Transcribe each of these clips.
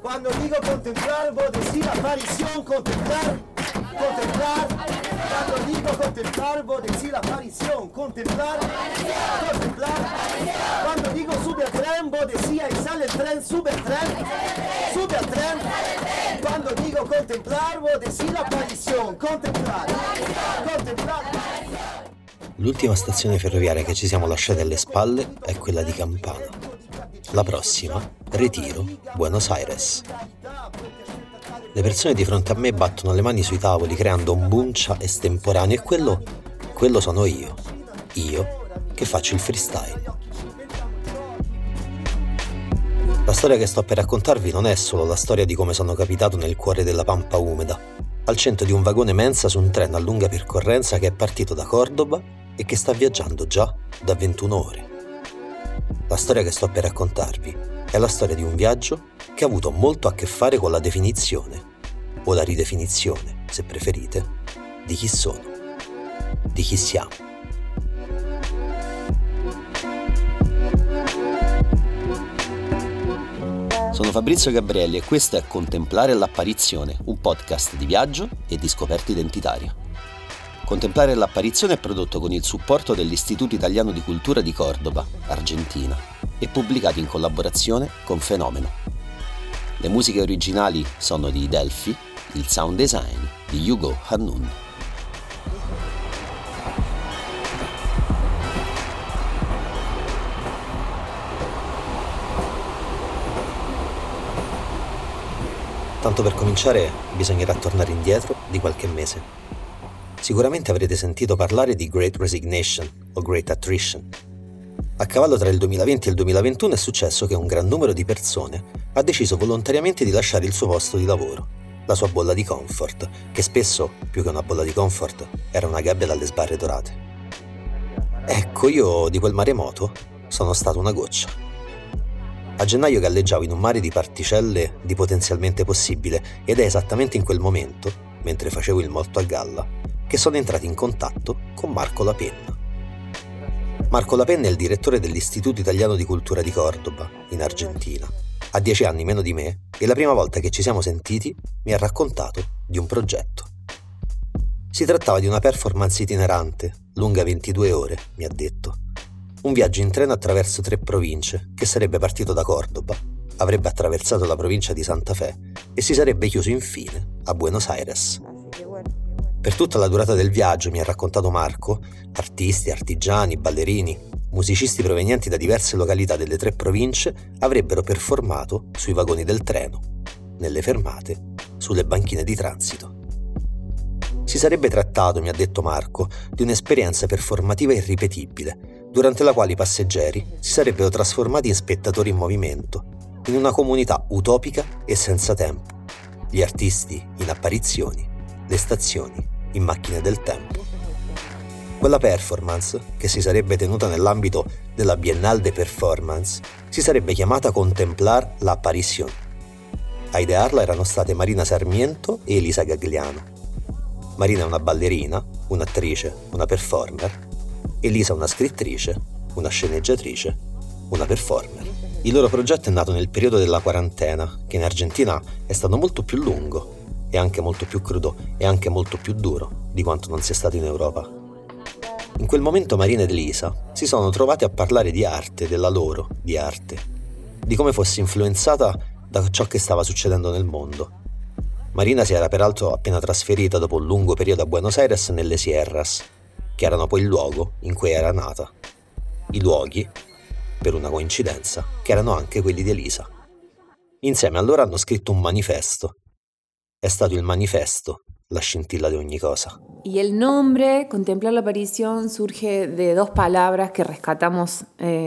Cuando digo contemplar, vos decís la aparición, contemplar. Cuando digo contemplar, vos decís la aparición, contemplar. Cuando digo sube al tren, vos decís ahí sale el tren, sube al tren. Cuando digo contemplar, vos decís la aparición, contemplar. L'ultima stazione ferroviaria che ci siamo lasciati alle spalle è quella di Campana. La prossima, Retiro, Buenos Aires. Le persone di fronte a me battono le mani sui tavoli creando un buncia estemporaneo e quello sono io che faccio il freestyle. La storia che sto per raccontarvi non è solo la storia di come sono capitato nel cuore della pampa umida, al centro di un vagone mensa su un treno a lunga percorrenza che è partito da Cordoba e che sta viaggiando già da 21 ore. La storia che sto per raccontarvi è la storia di un viaggio che ha avuto molto a che fare con la definizione, o la ridefinizione, se preferite, di chi sono, di chi siamo. Sono Fabrizio Gabrielli e questo è Contemplare l'apparizione, un podcast di viaggio e di scoperta identitaria. Contemplare l'apparizione è prodotto con il supporto dell'Istituto Italiano di Cultura di Cordoba, Argentina, e pubblicato in collaborazione con Fenomeno. Le musiche originali sono di Delphi, il sound design di Hugo Hannun. Tanto per cominciare bisognerà tornare indietro di qualche mese. Sicuramente avrete sentito parlare di Great Resignation o Great Attrition. A cavallo tra il 2020 e il 2021 è successo che un gran numero di persone ha deciso volontariamente di lasciare il suo posto di lavoro, la sua bolla di comfort, che spesso, più che una bolla di comfort, era una gabbia dalle sbarre dorate. Ecco, io di quel maremoto sono stato una goccia. A gennaio galleggiavo in un mare di particelle di potenzialmente possibile ed è esattamente in quel momento, mentre facevo il morto a galla, che sono entrati in contatto con Marco Lapenna. Marco Lapenna è il direttore dell'Istituto Italiano di Cultura di Cordoba, in Argentina. Ha 10 anni meno di me e la prima volta che ci siamo sentiti mi ha raccontato di un progetto. Si trattava di una performance itinerante, lunga 22 ore, mi ha detto. Un viaggio in treno attraverso 3 province, che sarebbe partito da Cordoba, avrebbe attraversato la provincia di Santa Fe e si sarebbe chiuso infine a Buenos Aires. Per tutta la durata del viaggio, mi ha raccontato Marco, artisti, artigiani, ballerini, musicisti provenienti da diverse località delle 3 province avrebbero performato sui vagoni del treno, nelle fermate, sulle banchine di transito. Si sarebbe trattato, mi ha detto Marco, di un'esperienza performativa irripetibile, durante la quale i passeggeri si sarebbero trasformati in spettatori in movimento, in una comunità utopica e senza tempo, gli artisti in apparizioni, le stazioni in macchine del tempo. Quella performance, che si sarebbe tenuta nell'ambito della Biennale de Performance, si sarebbe chiamata Contemplar l'apparition. A idearla erano state Marina Sarmiento e Elisa Gagliano. Marina è una ballerina, un'attrice, una performer. Elisa una scrittrice, una sceneggiatrice, una performer. Il loro progetto è nato nel periodo della quarantena, che in Argentina è stato molto più lungo, e anche molto più crudo e anche molto più duro di quanto non sia stato in Europa. In quel momento Marina ed Elisa si sono trovate a parlare di arte, della loro di arte, di come fosse influenzata da ciò che stava succedendo nel mondo. Marina si era peraltro appena trasferita dopo un lungo periodo a Buenos Aires nelle Sierras, che erano poi il luogo in cui era nata. I luoghi, per una coincidenza, che erano anche quelli di Elisa. Insieme a loro hanno scritto un manifesto. È stato il manifesto la scintilla di ogni cosa. Y el nombre, Contemplar la aparición, surge de 2 palabras que rescatamos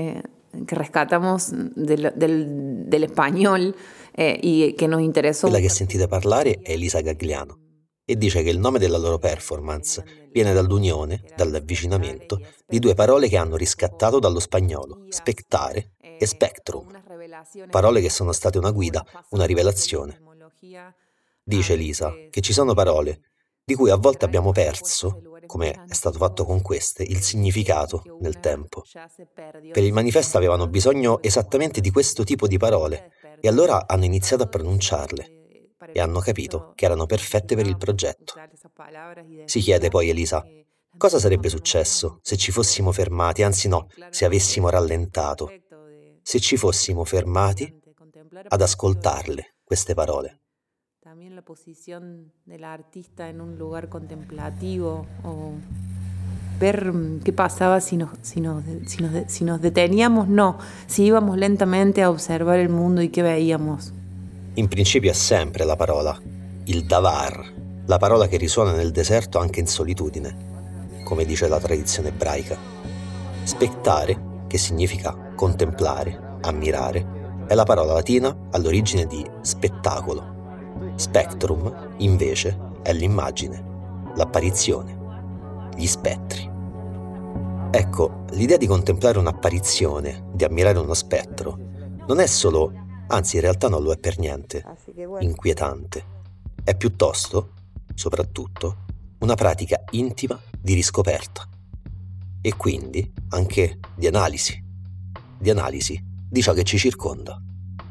del español y que nos interesó. Quella che sentite parlare è Elisa Gagliano e dice che il nome della loro performance viene dall'unione, dall'avvicinamento di 2 parole che hanno riscattato dallo spagnolo, spectare e spectrum, parole che sono state una guida, una rivelazione. Dice Elisa che ci sono parole di cui a volte abbiamo perso, come è stato fatto con queste, il significato nel tempo. Per il manifesto avevano bisogno esattamente di questo tipo di parole e allora hanno iniziato a pronunciarle e hanno capito che erano perfette per il progetto. Si chiede poi Elisa, cosa sarebbe successo se ci fossimo fermati, anzi no, se avessimo rallentato, se ci fossimo fermati ad ascoltarle, queste parole. También la posición del artista en un lugar contemplativo o ver qué pasaba si nos deteníamos, no, si íbamos lentamente a osservare il mondo e che veíamos. In principio è sempre la parola, il davar, la parola che risuona nel deserto anche in solitudine, come dice la tradizione ebraica. Spettare, che significa contemplare, ammirare, è la parola latina all'origine di spettacolo. Spectrum, invece, è l'immagine, l'apparizione, gli spettri. Ecco, l'idea di contemplare un'apparizione, di ammirare uno spettro, non è solo, anzi in realtà non lo è per niente, inquietante. È piuttosto, soprattutto, una pratica intima di riscoperta e quindi anche di analisi di ciò che ci circonda.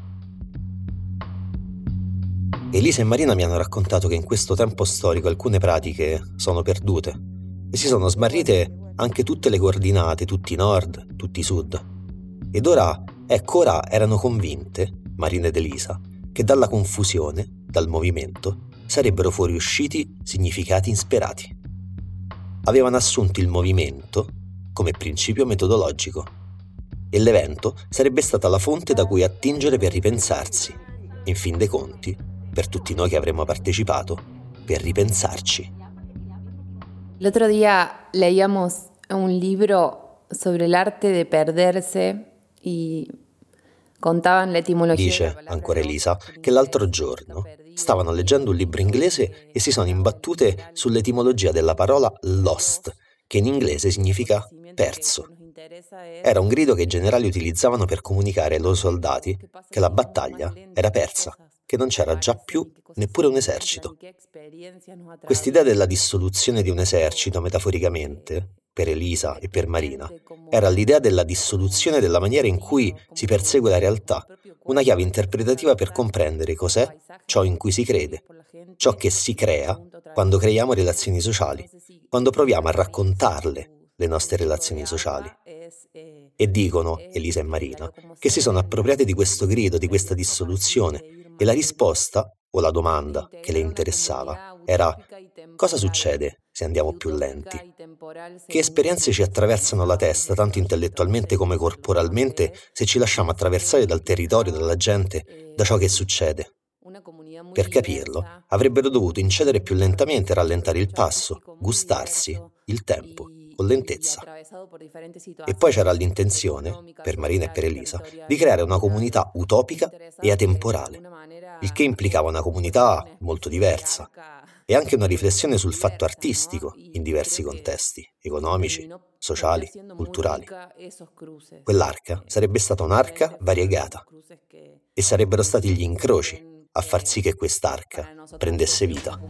Elisa e Marina mi hanno raccontato che in questo tempo storico alcune pratiche sono perdute e si sono smarrite anche tutte le coordinate, tutti i nord, tutti i sud. Ed ora erano convinte, Marina ed Elisa, che dalla confusione, dal movimento, sarebbero fuoriusciti significati insperati. Avevano assunto il movimento come principio metodologico e l'evento sarebbe stata la fonte da cui attingere per ripensarsi, in fin dei conti, per tutti noi che avremmo partecipato, per ripensarci. L'altro día leíamos un libro sobre el arte de perderse y contaban la etimología. Dice ancora Elisa che l'altro giorno stavano leggendo un libro inglese e si sono imbattute sull'etimologia della parola lost, che in inglese significa perso. Era un grido che i generali utilizzavano per comunicare ai loro soldati che la battaglia era persa, che non c'era già più neppure un esercito. Quest'idea della dissoluzione di un esercito, metaforicamente, per Elisa e per Marina, era l'idea della dissoluzione della maniera in cui si persegue la realtà, una chiave interpretativa per comprendere cos'è ciò in cui si crede, ciò che si crea quando creiamo relazioni sociali, quando proviamo a raccontarle le nostre relazioni sociali. E dicono, Elisa e Marina, che si sono appropriate di questo grido, di questa dissoluzione, e la risposta, o la domanda che le interessava, era: cosa succede se andiamo più lenti? Che esperienze ci attraversano la testa, tanto intellettualmente come corporalmente, se ci lasciamo attraversare dal territorio, dalla gente, da ciò che succede? Per capirlo, avrebbero dovuto incedere più lentamente, rallentare il passo, gustarsi il tempo con lentezza. E poi c'era l'intenzione, per Marina e per Elisa, di creare una comunità utopica e atemporale, il che implicava una comunità molto diversa e anche una riflessione sul fatto artistico in diversi contesti, economici, sociali, culturali. Quell'arca sarebbe stata un'arca variegata e sarebbero stati gli incroci a far sì che quest'arca prendesse vita.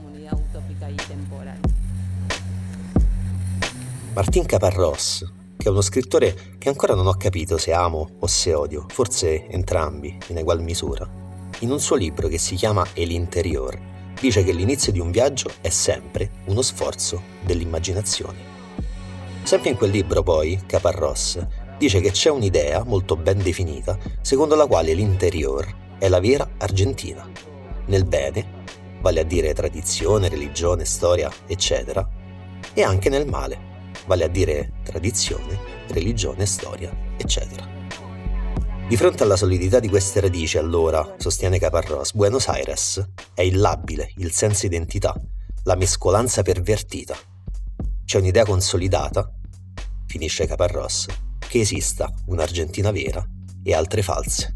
Martín Caparrós, che è uno scrittore che ancora non ho capito se amo o se odio, forse entrambi in egual misura, in un suo libro che si chiama El Interior, dice che l'inizio di un viaggio è sempre uno sforzo dell'immaginazione. Sempre in quel libro poi, Caparrós dice che c'è un'idea molto ben definita secondo la quale l'interior è la vera Argentina, nel bene, vale a dire tradizione, religione, storia, eccetera, e anche nel male, vale a dire tradizione, religione, storia, eccetera. Di fronte alla solidità di queste radici, allora, sostiene Caparrós, Buenos Aires è il labile, il senza identità, la mescolanza pervertita. C'è un'idea consolidata, finisce Caparrós, che esista un'Argentina vera e altre false.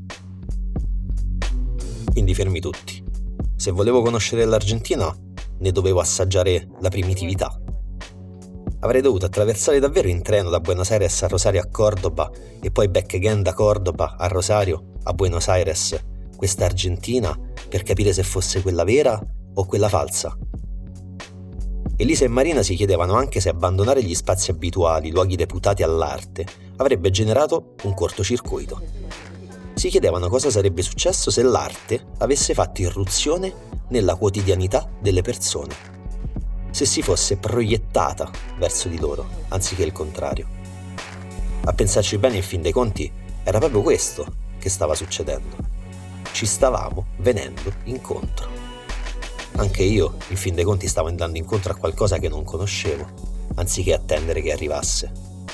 Quindi fermi tutti. Se volevo conoscere l'Argentina, ne dovevo assaggiare la primitività. Avrei dovuto attraversare davvero in treno da Buenos Aires a Rosario a Cordoba e poi back again da Cordoba a Rosario a Buenos Aires, questa Argentina, per capire se fosse quella vera o quella falsa. Elisa e Marina si chiedevano anche se abbandonare gli spazi abituali, luoghi deputati all'arte, avrebbe generato un cortocircuito. Si chiedevano cosa sarebbe successo se l'arte avesse fatto irruzione nella quotidianità delle persone, se si fosse proiettata verso di loro, anziché il contrario. A pensarci bene, in fin dei conti, era proprio questo che stava succedendo. Ci stavamo venendo incontro. Anche io, in fin dei conti, stavo andando incontro a qualcosa che non conoscevo, anziché attendere che arrivasse.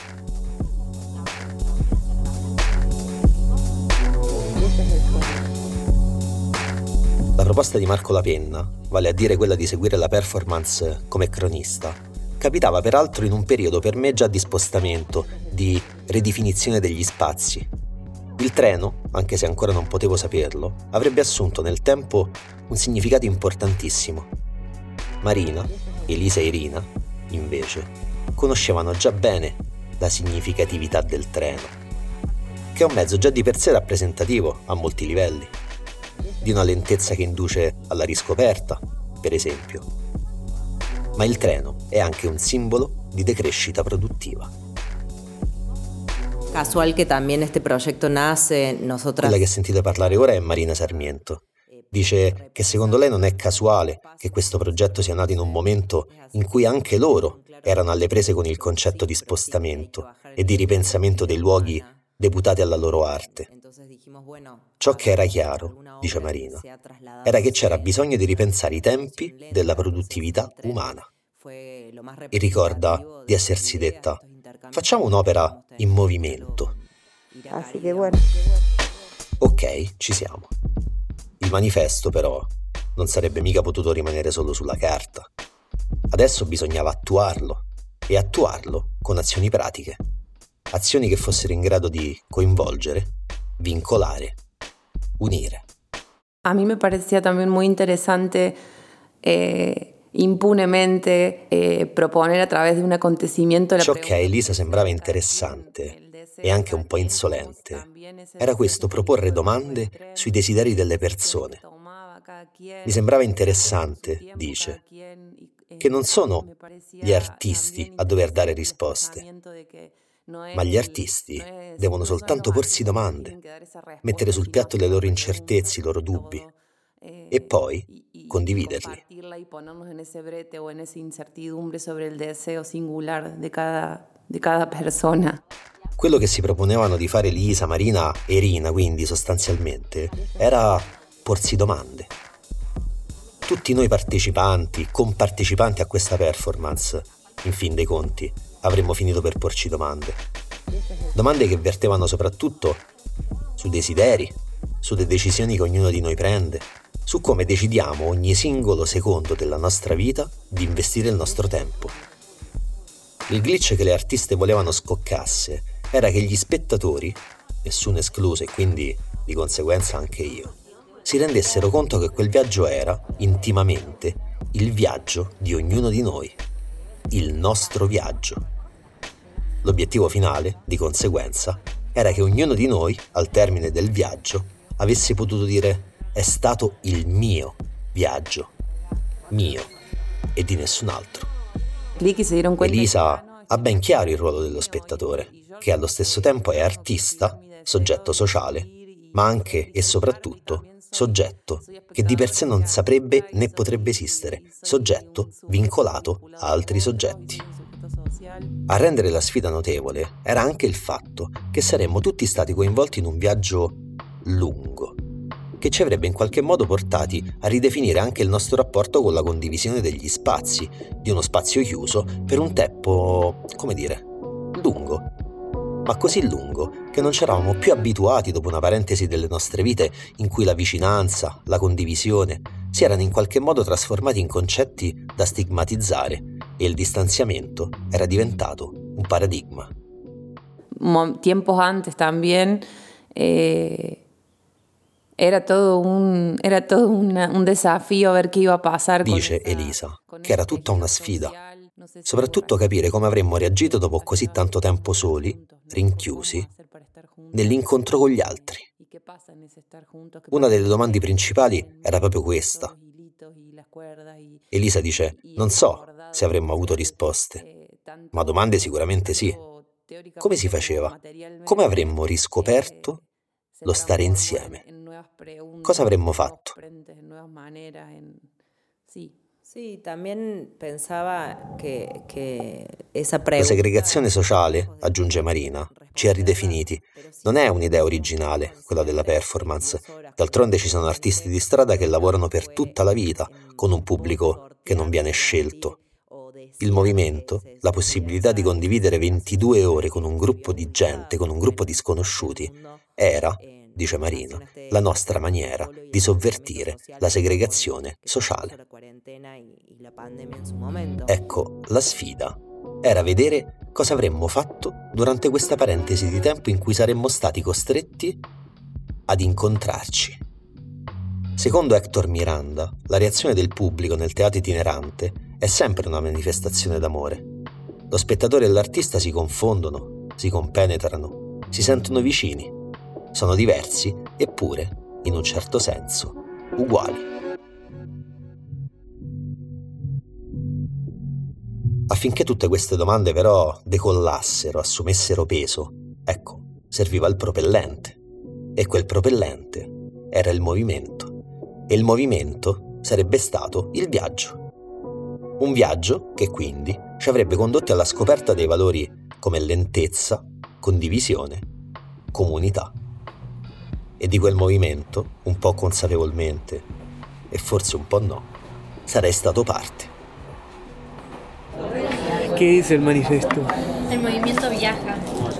La proposta di Marco Lapenna, vale a dire quella di seguire la performance come cronista, capitava peraltro in un periodo per me già di spostamento, di ridefinizione degli spazi. Il treno, anche se ancora non potevo saperlo, avrebbe assunto nel tempo un significato importantissimo. Marina, Elisa e Irina, invece, conoscevano già bene la significatività del treno, che è un mezzo già di per sé rappresentativo a molti livelli, di una lentezza che induce alla riscoperta, per esempio. Ma il treno è anche un simbolo di decrescita produttiva. Casual que también este proyecto nace, nosotras... Quella che sentite parlare ora è Marina Sarmiento. Dice che secondo lei non è casuale che questo progetto sia nato in un momento in cui anche loro erano alle prese con il concetto di spostamento e di ripensamento dei luoghi deputati alla loro arte. Ciò che era chiaro, dice Marina, era che c'era bisogno di ripensare i tempi della produttività umana. E ricorda di essersi detta: facciamo un'opera in movimento. Así que bueno. Ok, ci siamo. Il manifesto, però, non sarebbe mica potuto rimanere solo sulla carta. Adesso bisognava attuarlo, e attuarlo con azioni pratiche. Azioni che fossero in grado di coinvolgere, vincolare, unire. A mí me parecía también muy interesante impunemente proponer a través de un acontecimiento la Ciò che a Elisa sembrava interessante e anche un po' insolente era questo proporre domande sui desideri delle persone. Mi sembrava interessante, dice, che non sono gli artisti a dover dare risposte, ma gli artisti devono soltanto porsi domande, mettere sul piatto le loro incertezze, i loro dubbi, e poi condividerli. Quello che si proponevano di fare Elisa, Marina e Irina, quindi sostanzialmente, era porsi domande. Tutti noi partecipanti, compartecipanti a questa performance, in fin dei conti, avremmo finito per porci domande. Domande che vertevano soprattutto su desideri, sulle decisioni che ognuno di noi prende, su come decidiamo ogni singolo secondo della nostra vita di investire il nostro tempo. Il glitch che le artiste volevano scoccasse era che gli spettatori, nessuno escluso e quindi di conseguenza anche io, si rendessero conto che quel viaggio era, intimamente, il viaggio di ognuno di noi, il nostro viaggio. L'obiettivo finale, di conseguenza, era che ognuno di noi, al termine del viaggio, avesse potuto dire: è stato il mio viaggio, mio e di nessun altro. Elisa ha ben chiaro il ruolo dello spettatore, che allo stesso tempo è artista, soggetto sociale, ma anche e soprattutto soggetto che di per sé non saprebbe né potrebbe esistere, soggetto vincolato a altri soggetti. A rendere la sfida notevole era anche il fatto che saremmo tutti stati coinvolti in un viaggio lungo, che ci avrebbe in qualche modo portati a ridefinire anche il nostro rapporto con la condivisione degli spazi, di uno spazio chiuso per un tempo, come dire, lungo. Ma così lungo che non ci eravamo più abituati dopo una parentesi delle nostre vite in cui la vicinanza, la condivisione si erano in qualche modo trasformati in concetti da stigmatizzare e il distanziamento era diventato un paradigma. Tiempos antes también era todo un desafío ver qué iba a pasar. Dice Elisa che era tutta una sfida, soprattutto capire come avremmo reagito dopo così tanto tempo soli, rinchiusi, nell'incontro con gli altri. Una delle domande principali era proprio questa. Elisa dice: non so, se avremmo avuto risposte, ma domande sicuramente sì. Come si faceva? Come avremmo riscoperto lo stare insieme? Cosa avremmo fatto? Sí, también pensaba que esa La pregunta... segregazione sociale, aggiunge Marina, ci ha ridefiniti. Non è un'idea originale, quella della performance. D'altronde ci sono artisti di strada che lavorano per tutta la vita, con un pubblico che non viene scelto. Il movimento, la possibilità di condividere 22 ore con un gruppo di gente, con un gruppo di sconosciuti, era, dice Marina, la nostra maniera di sovvertire la segregazione sociale. Ecco, la sfida era vedere cosa avremmo fatto durante questa parentesi di tempo in cui saremmo stati costretti ad incontrarci. Secondo Héctor Miranda, la reazione del pubblico nel teatro itinerante è sempre una manifestazione d'amore. Lo spettatore e l'artista si confondono, si compenetrano, si sentono vicini. Sono diversi, eppure, in un certo senso, uguali. Affinché tutte queste domande però decollassero, assumessero peso, ecco, serviva il propellente. E quel propellente era il movimento. E il movimento sarebbe stato il viaggio. Un viaggio che quindi ci avrebbe condotti alla scoperta dei valori come lentezza, condivisione, comunità. E di quel movimento, un po' consapevolmente, e forse un po' no, sarei stato parte. ¿Qué dice el manifiesto? El movimiento viaja.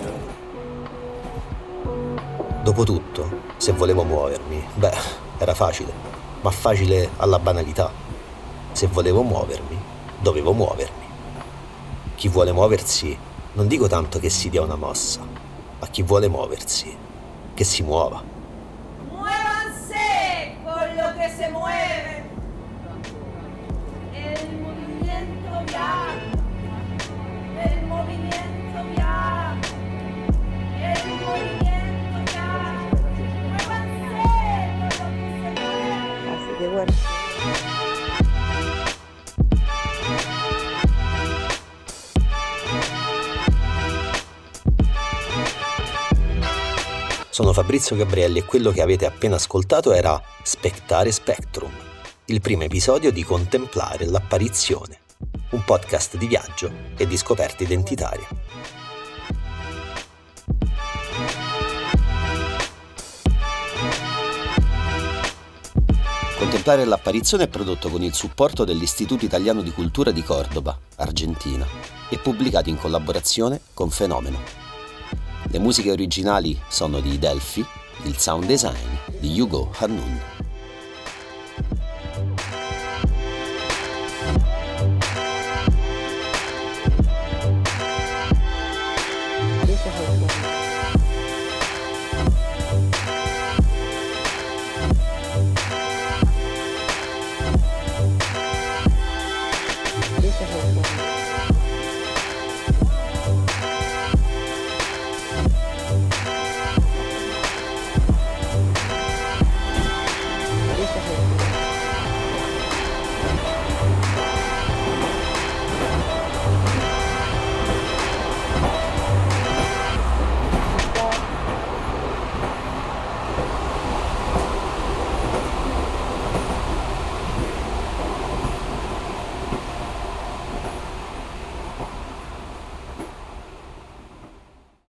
Dopotutto, se volevo muovermi, era facile, ma facile alla banalità. Se volevo muovermi, dovevo muovermi. Chi vuole muoversi, non dico tanto che si dia una mossa, ma chi vuole muoversi, che si muova. ¡Muévanse con lo que se mueve! El movimiento viaja. El movimiento viaja. El movimiento viaja. ¡Muévanse con lo que se mueve! Así que bueno. Sono Fabrizio Gabrielli e quello che avete appena ascoltato era Spectare Spectrum, il primo episodio di Contemplare l'apparizione, un podcast di viaggio e di scoperta identitaria. Contemplare l'apparizione è prodotto con il supporto dell'Istituto Italiano di Cultura di Cordoba, Argentina, e pubblicato in collaborazione con Fenomeno. Le musiche originali sono di Delphi, il sound design di Hugo Hannun. Eso es